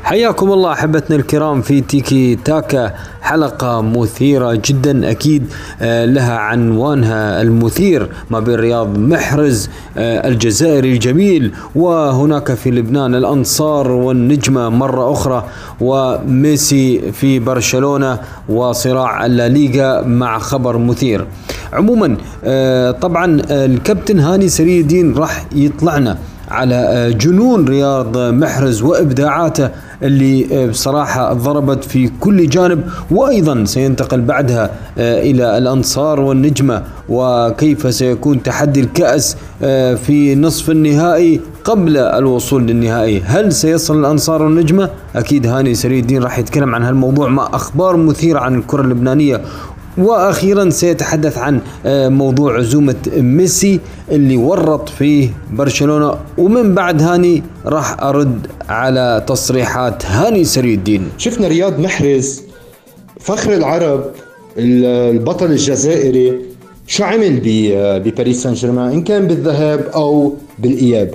حياكم الله أحبتنا الكرام في تيكي تاكا، حلقة مثيرة جدا أكيد لها عنوانها المثير ما بين رياض محرز الجزائري الجميل، وهناك في لبنان الأنصار والنجمة مرة أخرى، وميسي في برشلونة، وصراع الليغا مع خبر مثير. عموما طبعا الكابتن هاني سري الدين راح يطلعنا على جنون رياض محرز وإبداعاته اللي بصراحة ضربت في كل جانب، وأيضا سينتقل بعدها إلى الأنصار والنجمة، وكيف سيكون تحدي الكأس في نصف النهائي قبل الوصول للنهائي. هل سيصل الأنصار والنجمة؟ أكيد هاني سري الدين راح يتكلم عن هالموضوع مع أخبار مثيرة عن الكرة اللبنانية، وأخيرا سيتحدث عن موضوع عزومة ميسي اللي ورط فيه برشلونة، ومن بعد هاني راح أرد على تصريحات هاني سري الدين. شفنا رياض محرز فخر العرب البطل الجزائري شو عمل بباريس سان جيرمان، إن كان بالذهاب أو بالإياب.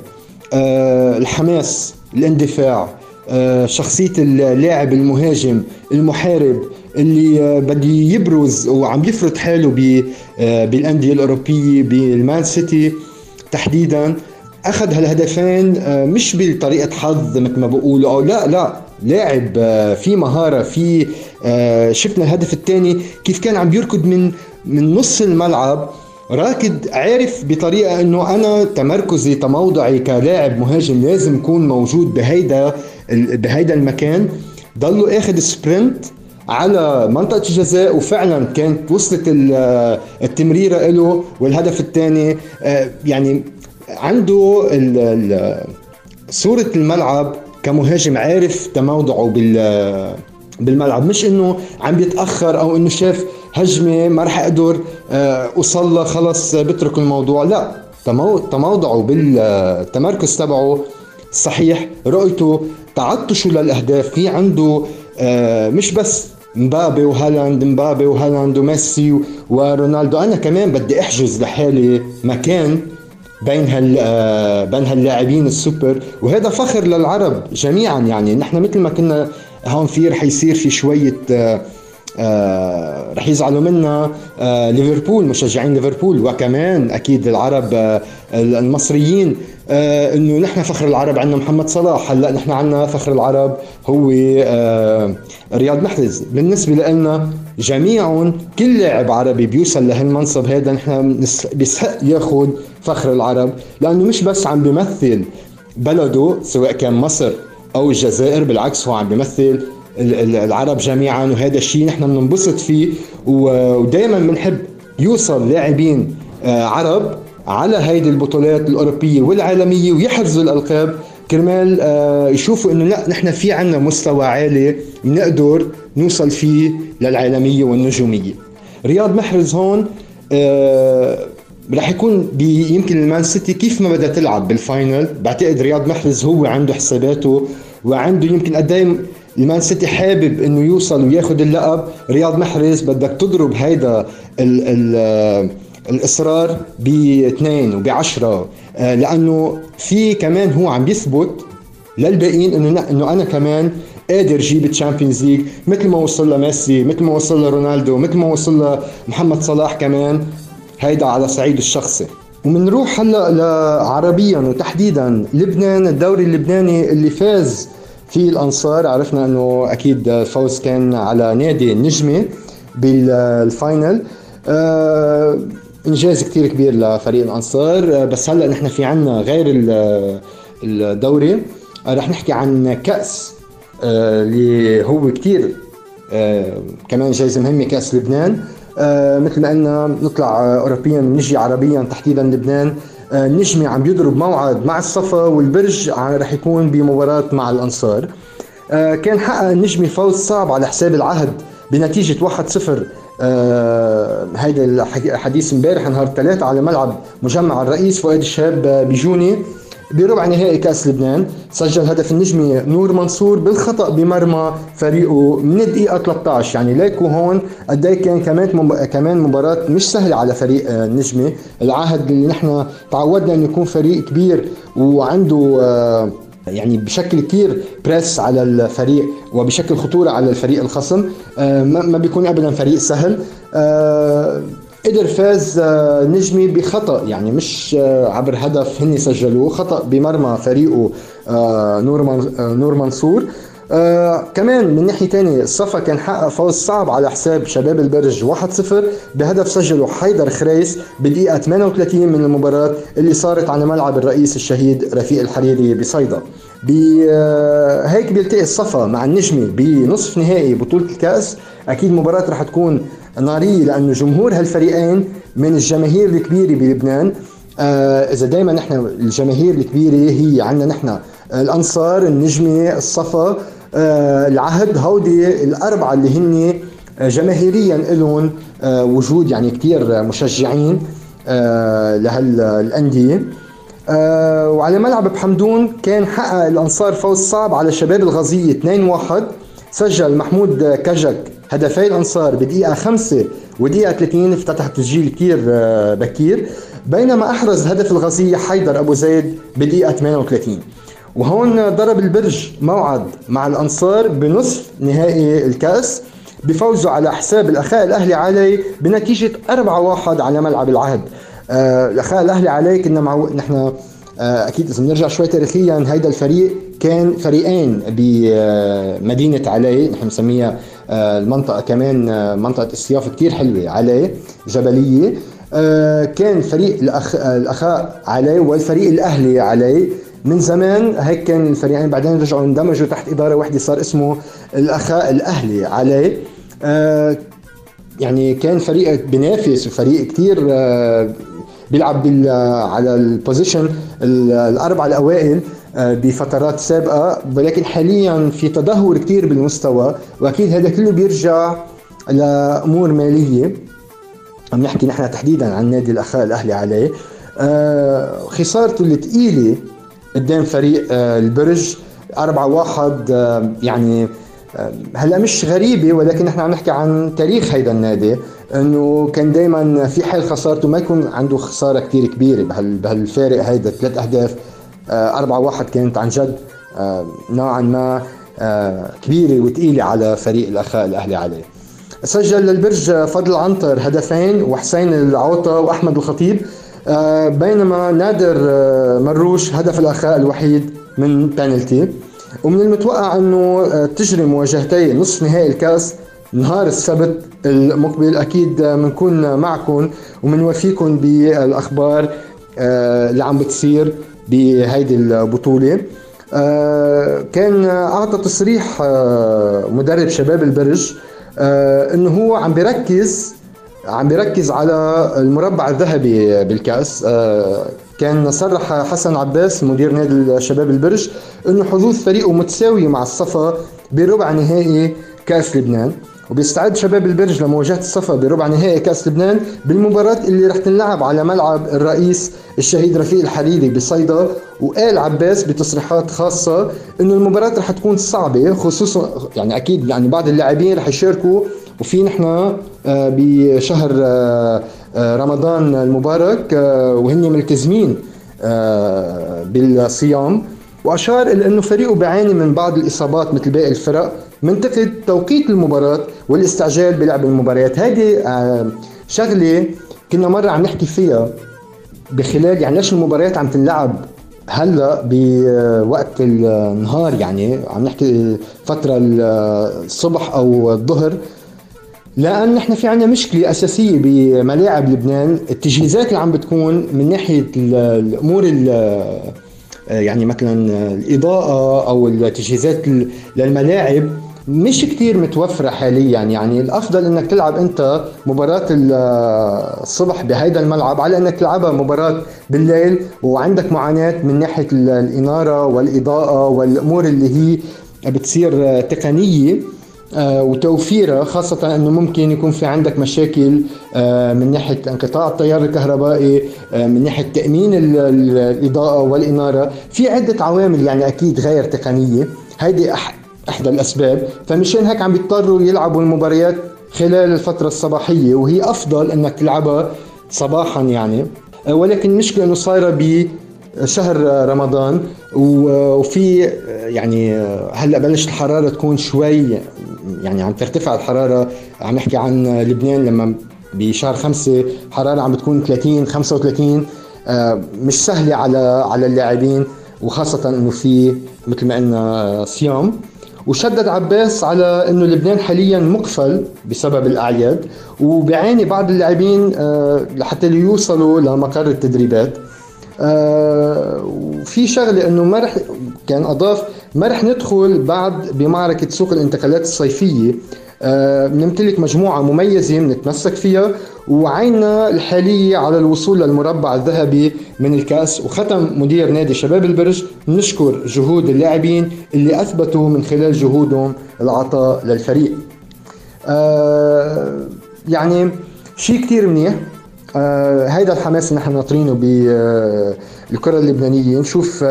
الحماس، الاندفاع، شخصية اللاعب المهاجم المحارب اللي بدي يبرز وعم يفرض حاله بالأندية الأوروبية، بالمان سيتي تحديدا. أخذ هالهدفين مش بطريقة حظ مثل ما بقولوا، أو لا لاعب في مهارة، في شفنا الهدف الثاني كيف كان عم يركض من نص الملعب، راكد عارف بطريقة انه انا تمركزي تموضعي كلاعب مهاجم لازم يكون موجود بهيدا المكان. ضلوا اخذ سبرنت على منطقة الجزاء، وفعلا كانت وصلت التمريرة له، والهدف الثاني يعني عنده صورة الملعب كمهاجم، عارف تموضعه بالملعب، مش انه عم بيتأخر او انه شاف هجمة ما رح اقدر اوصل خلص بترك الموضوع. لا، تموضعه بالتمركز تبعه صحيح، رؤيته، تعطشه للاهداف. في عنده مش بس مبابي وهالاند وميسي ورونالدو، انا كمان بدي احجز لحالي مكان بين هاللاعبين السوبر، وهذا فخر للعرب جميعا. يعني نحن مثل ما كنا هون رح يصير في شوية رح يزعلوا منا ليفربول، مشجعين ليفربول، وكمان اكيد العرب المصريين، انه نحن فخر العرب عندنا محمد صلاح. هلا نحن عندنا فخر العرب هو رياض محرز. بالنسبه لنا جميعهم كل لاعب عربي بيوصل لهالمنصب هذا نحن بيستحق ياخذ فخر العرب، لانه مش بس عم بيمثل بلده سواء كان مصر او الجزائر، بالعكس هو عم بيمثل العرب جميعا، وهذا الشيء نحن بننبسط فيه، ودائما بنحب يوصل لاعبين عرب على هيدي البطولات الأوروبية والعالمية ويحرزوا الألقاب، كرمال يشوفوا انه لا، نحن في عنا مستوى عالي بنقدر نوصل فيه للعالمية والنجومية. رياض محرز هون رح يكون يمكن المان سيتي كيف ما بدها تلعب بالفاينل. بعتقد رياض محرز هو عنده حساباته، وعنده يمكن قدام المان سيتي حابب انه يوصل وياخد اللقب. رياض محرز بدك تضرب هيدا الاصرار ب2 وب10، لانه في كمان هو عم يثبت للباقيين انه انا كمان قادر جيب الشامبيونز ليج مثل ما وصل لميسي، مثل ما وصل لرونالدو، مثل ما وصل لمحمد صلاح كمان. هيدا على صعيد الشخصي. ومنروح هلا لعربيا وتحديدا لبنان، الدوري اللبناني اللي فاز في الأنصار. عرفنا أنه أكيد الفوز كان على نادي النجمة بالفاينل، إنجاز كتير كبير لفريق الأنصار. بس هلأ نحن في عنا غير الدوري، رح نحكي عن كأس اللي هو كتير كمان جايزة مهمة، كأس لبنان. مثل ما قلنا نطلع أوروبيا ونجي عربيا تحديدا لبنان. النجمي عم يضرب موعد مع الصفا، والبرج رح يكون بمباراة مع الأنصار. كان حقق النجمي فوز صعب على حساب العهد بنتيجة 1-0. هيدا الحديث امبارح نهار الثلاث على ملعب مجمع الرئيس فؤاد الشهاب بجوني بربع نهائي كأس لبنان. سجل هدف النجمي نور منصور بالخطأ بمرمى فريقه من الدقيقة 13. يعني ليكو هون قدي كان كمان مباراة مش سهلة على فريق النجمي. العهد اللي نحن تعودنا انه يكون فريق كبير وعنده يعني بشكل كتير بريس على الفريق وبشكل خطورة على الفريق الخصم. ما بيكون أبدا فريق سهل. قدر فاز نجمي بخطأ، يعني مش عبر هدف هني سجلوه، خطأ بمرمى فريقه نور منصور. كمان من ناحية تانية الصفا كان حقق فوز صعب على حساب شباب البرج 1-0 بهدف سجله حيدر خريس بدقيقة 38 من المباراة اللي صارت على ملعب الرئيس الشهيد رفيق الحريري بصيدا. هيك بيلتقي الصفا مع النجمي بنصف نهائي بطولة الكأس. أكيد مباراة رح تكون نارية لأنه جمهور هالفريقين من الجماهير الكبيرة بلبنان. إذا دايما نحن الجماهير الكبيرة هي عنا نحن الأنصار، النجمي، الصفا، العهد، هودي الأربعة اللي هن جماهيريا لهم وجود، يعني كتير مشجعين لهالأندية. وعلى ملعب بحمدون كان حقق الأنصار فوز صعب على شباب الغزية 2-1. سجل محمود كجك هدفي الأنصار بدقيقة 5 ودقيقة 30، افتتح تسجيل كتير بكير، بينما أحرز هدف الغزية حيدر أبو زيد بدقيقة 38. وهون ضرب البرج موعد مع الأنصار بنصف نهائي الكأس بفوزه على حساب الأخاء الأهلي علي بنتيجة 4-1 على ملعب العهد. الأخاء الأهلي علي كنا نحن أكيد إذا بنرجع شوي تاريخيا هيدا الفريق كان فريقين بمدينة علي، نحن نسميها المنطقة كمان منطقة السياف كتير حلوة، علي جبلية. كان فريق الأخاء علي والفريق الأهلي علي من زمان، هيك كان الفريقين، بعدين رجعوا اندمجوا تحت إدارة واحدة صار اسمه الأخاء الأهلي علي. يعني كان فريق بينافس وفريق كتير بيلعب على البوزيشن الأربعة الأوائل بفترات سابقة، ولكن حاليا في تدهور كتير بالمستوى، وأكيد هذا كله بيرجع لأمور مالية. عم نحكي نحن تحديدا عن نادي الأخاء الأهلي عليه. خسارته الثقيلة قدام فريق البرج 4-1 يعني هلا مش غريبة، ولكن نحن عم نحكي عن تاريخ هيدا النادي انه كان دايما في حال خسارته ما يكون عنده خسارة كتير كبيرة بهالفارق هيدا 3 أهداف. 4-1 كانت عن جد نوعا ما كبيرة وثقيلة على فريق الأخاء الأهلي عليه. سجل للبرج فضل عنتر هدفين وحسين العوطة وأحمد الخطيب، بينما نادر مروش هدف الأخاء الوحيد من بانلتي. ومن المتوقع أنه تجري مواجهتي نصف نهائي الكأس نهار السبت المقبل. أكيد منكون معكم ومنوفيكم بالأخبار اللي عم بتصير بهيدي البطولة. كان أعطى تصريح مدرب شباب البرج انه هو عم بيركز على المربع الذهبي بالكأس. كان صرح حسن عباس مدير نادي شباب البرج انه حظوظ فريقه متساوية مع الصفا بربع نهائي كأس لبنان، وبيستعد شباب البرج لمواجهة الصفا بربع نهائي كأس لبنان بالمباراة اللي رح تنلعب على ملعب الرئيس الشهيد رفيق الحريري بصيدا. وقال عباس بتصريحات خاصة انه المباراة رح تكون صعبة، خصوصا يعني اكيد يعني بعض اللاعبين رح يشاركوا، وفي نحن بشهر رمضان المبارك وهن ملتزمين بالصيام. وأشار إلى أنه فريقه بيعاني من بعض الإصابات مثل باقي الفرق، منتقد توقيت المباراة والاستعجال بلعب المباريات. هذه شغلة كنا مرة عم نحكي فيها بخلال يعني ليش المباريات عم تنلعب هلا بوقت النهار، يعني عم نحكي فترة الصبح أو الظهر، لأن نحن في عنا مشكلة أساسية بملاعب لبنان. التجهيزات اللي عم بتكون من ناحية الأمور يعني مثلا الإضاءة أو التجهيزات للملاعب مش كتير متوفرة حاليا. يعني الأفضل أنك تلعب أنت مباراة الصبح بهيدا الملعب على أنك تلعبها مباراة بالليل، وعندك معاناة من ناحية الإنارة والإضاءة والأمور اللي هي بتصير تقنية وتوفيرها، خاصة أنه ممكن يكون في عندك مشاكل من ناحية انقطاع التيار الكهربائي، من ناحية تأمين الإضاءة والإنارة، في عدة عوامل يعني أكيد غير تقنية. هيدي إحدى الأسباب، فمشان هيك عم بيضطروا يلعبوا المباريات خلال الفترة الصباحية، وهي أفضل أنك تلعبها صباحا يعني. ولكن المشكلة أنه صايرة شهر رمضان، وفي يعني هلا بلشت الحراره تكون شوي، يعني عم ترتفع الحراره. عم نحكي عن لبنان لما بشهر 5 حراره عم بتكون 30 35. مش سهله على اللاعبين، وخاصه انه في مثل ما قلنا صيام. وشدد عباس على انه لبنان حاليا مقفل بسبب الاعياد، وبيعاني بعض اللاعبين لحتى يوصلوا لمقر التدريبات. وفي شغله انه ما رح، كان اضاف ما رح ندخل بعد بمعركه سوق الانتقالات الصيفيه. بنمتلك مجموعه مميزه بنتمسك فيها، وعيننا الحاليه على الوصول للمربع الذهبي من الكاس. وختم مدير نادي شباب البرج: نشكر جهود اللاعبين اللي اثبتوا من خلال جهودهم العطاء للفريق. يعني شيء كتير منيح. هيدا الحماس اللي نحن ناطرينه بالكرة اللبنانية. نشوف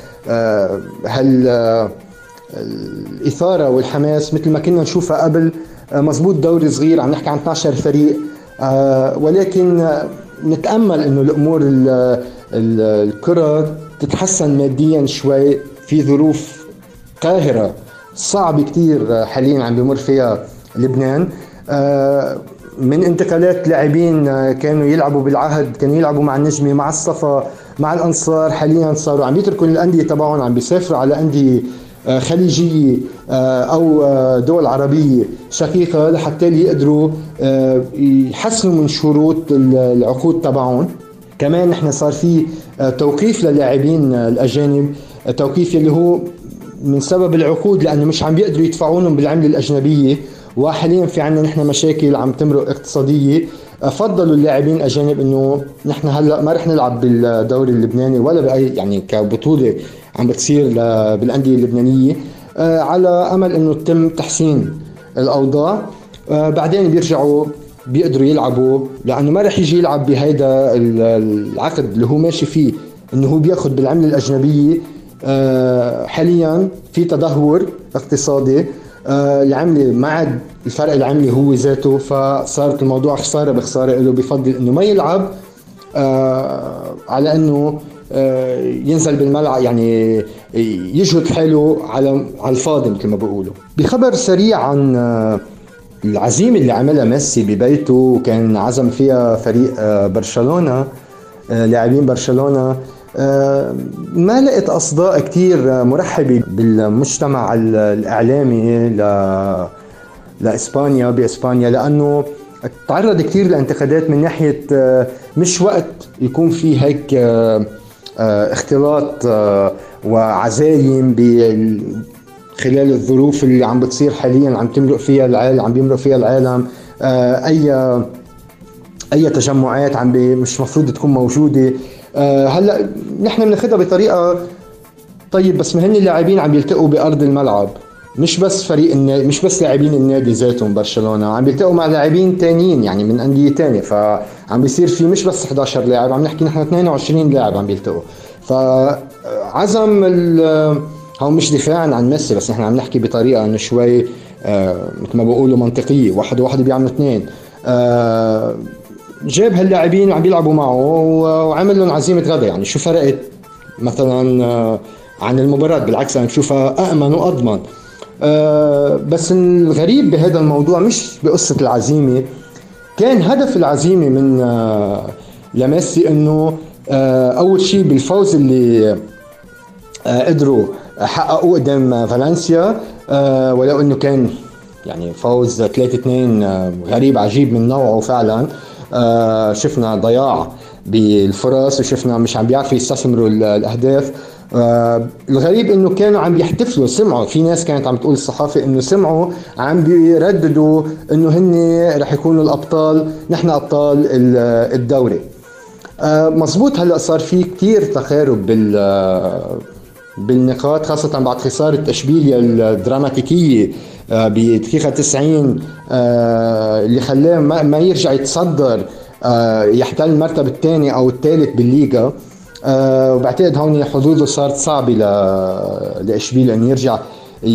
الإثارة والحماس مثل ما كنا نشوفها قبل. مزبوط دوري صغير، عم نحكي عن 12 فريق، ولكن نتأمل إنه الأمور الكرة تتحسن ماديا شوي في ظروف قاهرة صعب كتير حاليا عم بيمر فيها لبنان. من انتقالات لاعبين كانوا يلعبوا بالعهد، كانوا يلعبوا مع النجمة، مع الصفا، مع الأنصار، حاليا صاروا عم يتركوا الأندية تبعهم، عم بيسافروا على أندية خليجية أو دول عربية شقيقة لحتى يقدروا يحسنوا من شروط العقود تبعهم. كمان نحن صار في توقيف للاعبين الأجانب، توقيف اللي هو من سبب العقود، لأنه مش عم بيقدروا يدفعونهم بالعملة الأجنبية. وحاليا في عنا نحن مشاكل عم تمرق اقتصادية. فضلوا اللاعبين الأجانب إنه نحن هلأ ما رح نلعب بالدوري اللبناني ولا بأي يعني كبطولة عم بتصير بالأندية اللبنانية، على أمل إنه تتم تحسين الأوضاع. بعدين بيرجعوا بيقدروا يلعبوا، لأنه ما رح يجي يلعب بهيدا العقد اللي هو ماشي فيه إنه هو بياخد بالعملة الأجنبية. حاليا في تدهور اقتصادي، العملة ما عاد الفرق العملي هو ذاته، فصارت الموضوع خسارة بخسارة له. بفضل انه ما يلعب على انه ينزل بالملعب، يعني يجهد حاله على الفاضي مثل ما بيقولوا. بخبر سريع عن العزيمة اللي عملها ميسي ببيته، وكان عزم فيها فريق برشلونة، لاعبين برشلونة. ما لقيت أصداء كتير مرحبة بالمجتمع الإعلامي لإسبانيا بإسبانيا، لأنه تعرض كتير لانتقادات من ناحية مش وقت يكون في هيك اختلاط وعزايم خلال الظروف اللي عم بتصير حاليا، عم تمرق فيها العالم، عم بيمرق فيها العالم. أي تجمعات مش مفروض تكون موجودة. هلا نحن بناخذها بطريقه طيب، بس مهن اللاعبين عم يلتقوا بارض الملعب، مش بس فريق النادي، مش بس لاعبين النادي ذاتهم برشلونه، عم يلتقوا مع لاعبين تانيين يعني من انديه تانية. فعم بيصير في مش بس 11 لاعب، عم نحكي نحن 22 لاعب عم بيلتقوا. فعزم هو مش دفاعا عن ميسي، بس نحن عم نحكي بطريقه انه شوي مثل ما بقولوا منطقيه، واحد وواحد بيعملوا اثنين. جاب هاللاعبين وعم بيلعبوا معه وعمل لهم عزيمة غدا. يعني شو فرقت مثلا عن المباراة؟ بالعكس أنا بشوفها أأمن وأضمن. بس الغريب بهذا الموضوع مش بقصة العزيمة، كان هدف العزيمة من لميسي إنه أول شيء بالفوز اللي قدروا حققوا قدام فالنسيا، ولو إنه كان يعني فوز 3-2 غريب عجيب من نوعه فعلا. شفنا ضياع بالفرص، وشفنا مش عم بيعرفوا يستثمروا الأهداف. الغريب انه كانوا عم يحتفلوا، سمعوا في ناس كانت عم تقول الصحافة انه سمعوا عم بيرددوا انه هن رح يكونوا الابطال، نحن ابطال الدوري. مزبوط. هلأ صار في كتير تقارب بالنقاط، خاصة بعد خسارة اشبيليا الدراماتيكية بدقيقة 90 اللي خلاه ما يرجع يتصدر يحتل المرتبة الثانية او الثالث بالليغا. وبعتقد هون حظوظه صارت صعبة لاشبيليا ان يرجع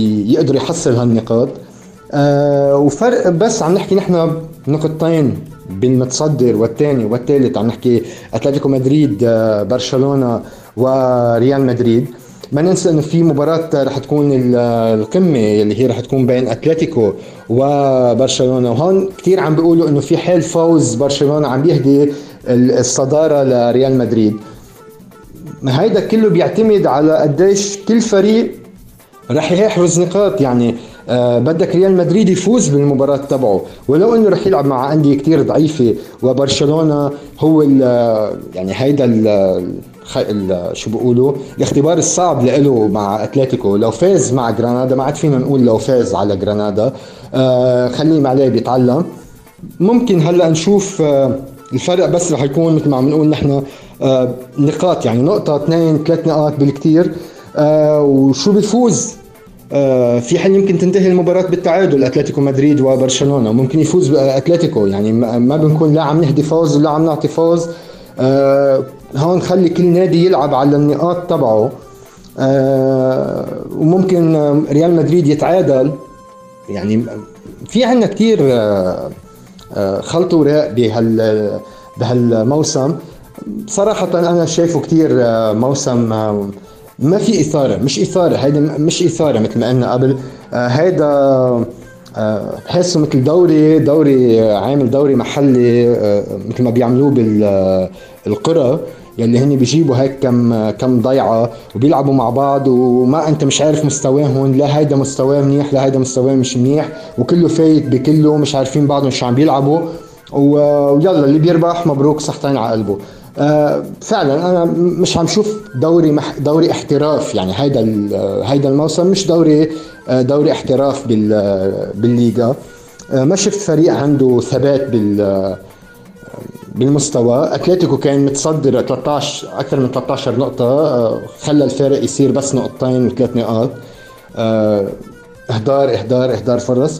يقدر يحصل هالنقاط. وفرق بس عم نحكي نحن نقطتين بالمتصدر والثاني والثالث، عم نحكي اتلتيكو مدريد، برشلونة وريال مدريد. ما ننسى انه في مباراة رح تكون القمة اللي هي رح تكون بين اتلتيكو وبرشلونة، وهون كتير عم بيقولوا انه في حال فوز برشلونة عم بيهدي الصدارة لريال مدريد. هيدا كله بيعتمد على قديش كل فريق رح يحرز نقاط. يعني بدك ريال مدريد يفوز بالمباراة تبعه، ولو انه رح يلعب مع أندية كتير ضعيفة، وبرشلونة هو يعني هيدا شو بيقولوا الاختبار الصعب له مع اتلتيكو. لو فاز مع جرانادا، ما عاد فينا نقول لو فاز على جرانادا، خليه عليه بيتعلم. ممكن هلا نشوف الفرق، بس رح يكون مثل ما عم نقول نحن نقاط، يعني نقطة 2 3 نقاط بالكتير. وشو بيفوز، في حال يمكن تنتهي المباراة بالتعادل اتلتيكو مدريد وبرشلونة، ممكن يفوز اتلتيكو. يعني ما بنكون لا عم نهدي فوز ولا عم نعطي فوز، هون خلي كل نادي يلعب على النقاط تبعه. وممكن ريال مدريد يتعادل. يعني في عنا كتير خلط وراء بهالموسم. صراحة أنا شايفه كتير موسم ما في إثارة. مش إثارة، هيدا مش إثارة مثل ما قلنا قبل. هيدا بحسه مثل دوري عامل دوري محلي، مثل ما بيعملوه بالقرى، يلي هني بيجيبوا هيك كم ضيعة وبيلعبوا مع بعض، وما انت مش عارف مستواهم، لا هيدا مستواه منيح لا هيدا مستواه مش منيح، وكله فايت بكله، مش عارفين بعضهم شو عم بيلعبوا، ويلا اللي بيربح مبروك صحتين على قلبه. فعلا انا مش عم شوف دوري احتراف. يعني هيدا الموسم مش دوري احتراف بالليغا. ما شفت فريق عنده ثبات بالمستوى. اتلتيكو كان متصدر 13 اكثر من 13 نقطة، خلى الفارق يصير بس نقطتين و3 نقاط. اهدار فرص.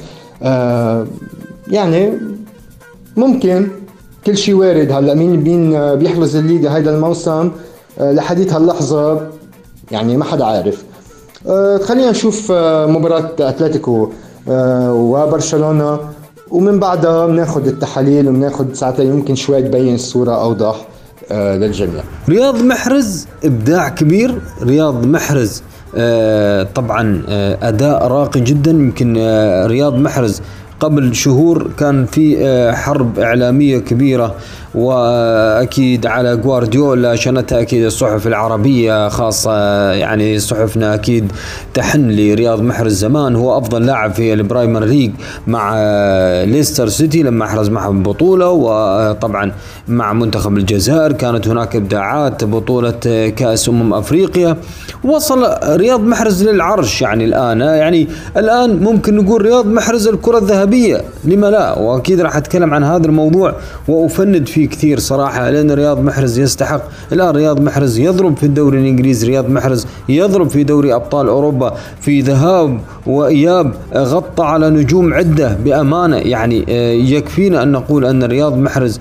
يعني ممكن كل شيء وارد. هلا مين بيحرز الليغا هيدا الموسم لحديت هاللحظة يعني ما حدا عارف. خلينا نشوف مباراة اتلتيكو وبرشلونة، ومن بعدها بناخد التحاليل وبناخد ساعتها يمكن شوي تبين الصورة أوضح للجميع. رياض محرز إبداع كبير. رياض محرز طبعا أداء راقي جدا. يمكن رياض محرز قبل شهور كان في حرب إعلامية كبيرة، وأكيد على غوارديولا شنتها أكيد الصحف العربية خاصة، يعني صحفنا أكيد تحن لرياض محرز. زمان هو أفضل لاعب في البرايمر ليج مع ليستر سيتي لما أحرز معهم بطولة، وطبعا مع منتخب الجزائر كانت هناك إبداعات، بطولة كأس أفريقيا. وصل رياض محرز للعرش. يعني الآن ممكن نقول رياض محرز الكرة الذهبية، لما لا؟ وأكيد راح أتكلم عن هذا الموضوع وأفند فيه كثير صراحة، لأن رياض محرز يستحق. الآن رياض محرز يضرب في الدوري الإنجليزي، رياض محرز يضرب في دوري أبطال أوروبا، في ذهاب وإياب غطى على نجوم عدة بأمانة. يعني يكفينا أن نقول أن رياض محرز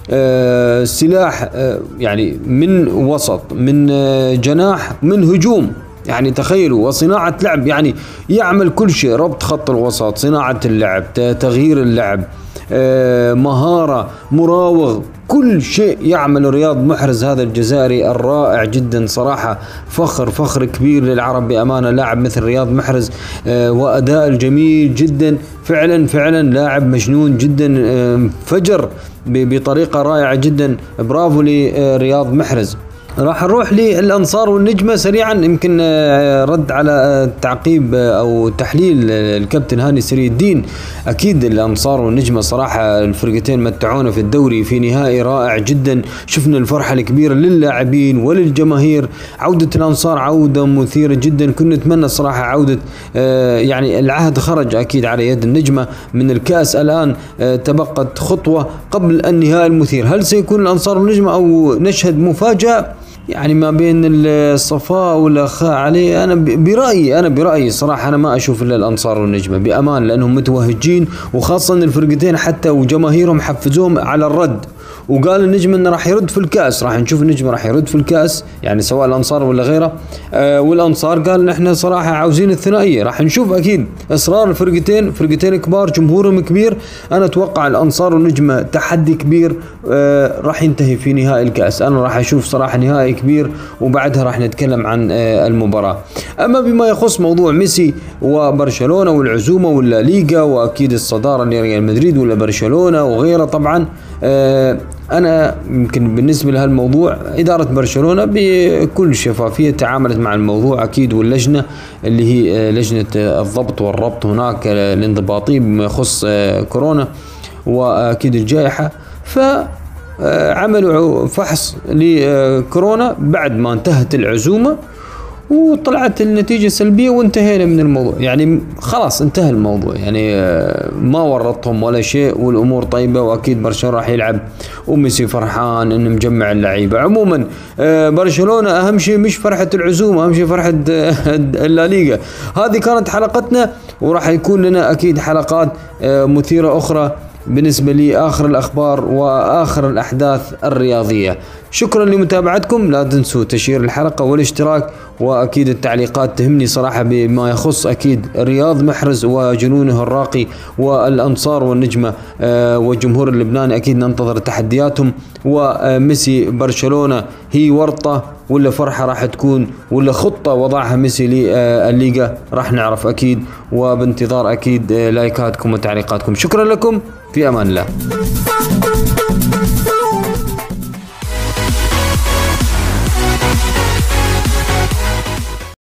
سلاح، يعني من وسط، من جناح، من هجوم. يعني تخيلوا، وصناعة لعب، يعني يعمل كل شيء، ربط خط الوسط، صناعة اللعب، تغيير اللعب، مهارة، مراوغ، كل شيء يعمل رياض محرز هذا الجزائري الرائع جدا صراحة. فخر كبير للعرب بأمانة لاعب مثل رياض محرز، وأداء الجميل جدا. فعلا لاعب مجنون جدا، فجر بطريقة رائعة جدا. برافو لرياض محرز. راح نروح للأنصار والنجمة سريعا، يمكن رد على تعقيب أو تحليل الكابتن هاني سري الدين. أكيد الأنصار والنجمة صراحة الفرقتين متعونا في الدوري في نهائي رائع جدا. شفنا الفرحة الكبيرة للاعبين وللجماهير. عودة الأنصار عودة مثيرة جدا. كنا نتمنى صراحة عودة، يعني العهد خرج أكيد على يد النجمة من الكأس. الآن تبقت خطوة قبل النهائي المثير. هل سيكون الأنصار والنجمة أو نشهد مفاجأة يعني ما بين الصفاء والأخاء عليه؟ أنا برأيي صراحة أنا ما أشوف إلا الأنصار والنجمة بأمان، لأنهم متوهجين، وخاصة الفرقتين حتى وجماهيرهم حفزوهم على الرد، وقال النجم انه راح يرد في الكأس، راح نشوف النجم راح يرد في الكأس يعني سواء الانصار ولا غيره. والانصار قال نحن صراحة عاوزين الثنائية. راح نشوف اكيد اصرار الفرقتين، فرقتين كبار جمهورهم كبير. انا اتوقع الانصار والنجمة تحدي كبير راح ينتهي في نهائي الكأس. انا راح اشوف صراحة نهائي كبير وبعدها راح نتكلم عن المباراة. اما بما يخص موضوع ميسي وبرشلونة والعزومة ولا ليغا واكيد الصدارة لريال مدريد ولا برشلونة وغيره، طبعا أنا يمكن بالنسبة لهالموضوع إدارة برشلونة بكل شفافية تعاملت مع الموضوع أكيد، واللجنة اللي هي لجنة الضبط والربط هناك الانضباطي بما يخص كورونا وأكيد الجائحة، فعملوا فحص لكورونا بعد ما انتهت العزومة وطلعت النتيجة سلبية وانتهينا من الموضوع. يعني خلاص انتهى الموضوع، يعني ما ورطهم ولا شيء والأمور طيبة، وأكيد برشلونة راح يلعب وميسي فرحان إنه مجمع اللعيبة. عموما برشلونة أهم شيء مش فرحة العزومة، أهم شيء فرحة الليغا. هذه كانت حلقتنا، وراح يكون لنا أكيد حلقات مثيرة أخرى بالنسبة لي آخر الأخبار وآخر الأحداث الرياضية. شكرا لمتابعتكم، لا تنسوا تشير الحلقة والاشتراك، وأكيد التعليقات تهمني صراحة بما يخص أكيد رياض محرز وجنونه الراقي والأنصار والنجمة والجمهور اللبناني. أكيد ننتظر تحدياتهم. وميسي برشلونة هي ورطة ولا فرحة راح تكون، ولا خطة وضعها ميسي للليغا، راح نعرف أكيد، وبانتظار أكيد لايكاتكم وتعليقاتكم. شكرا لكم، في أمان الله.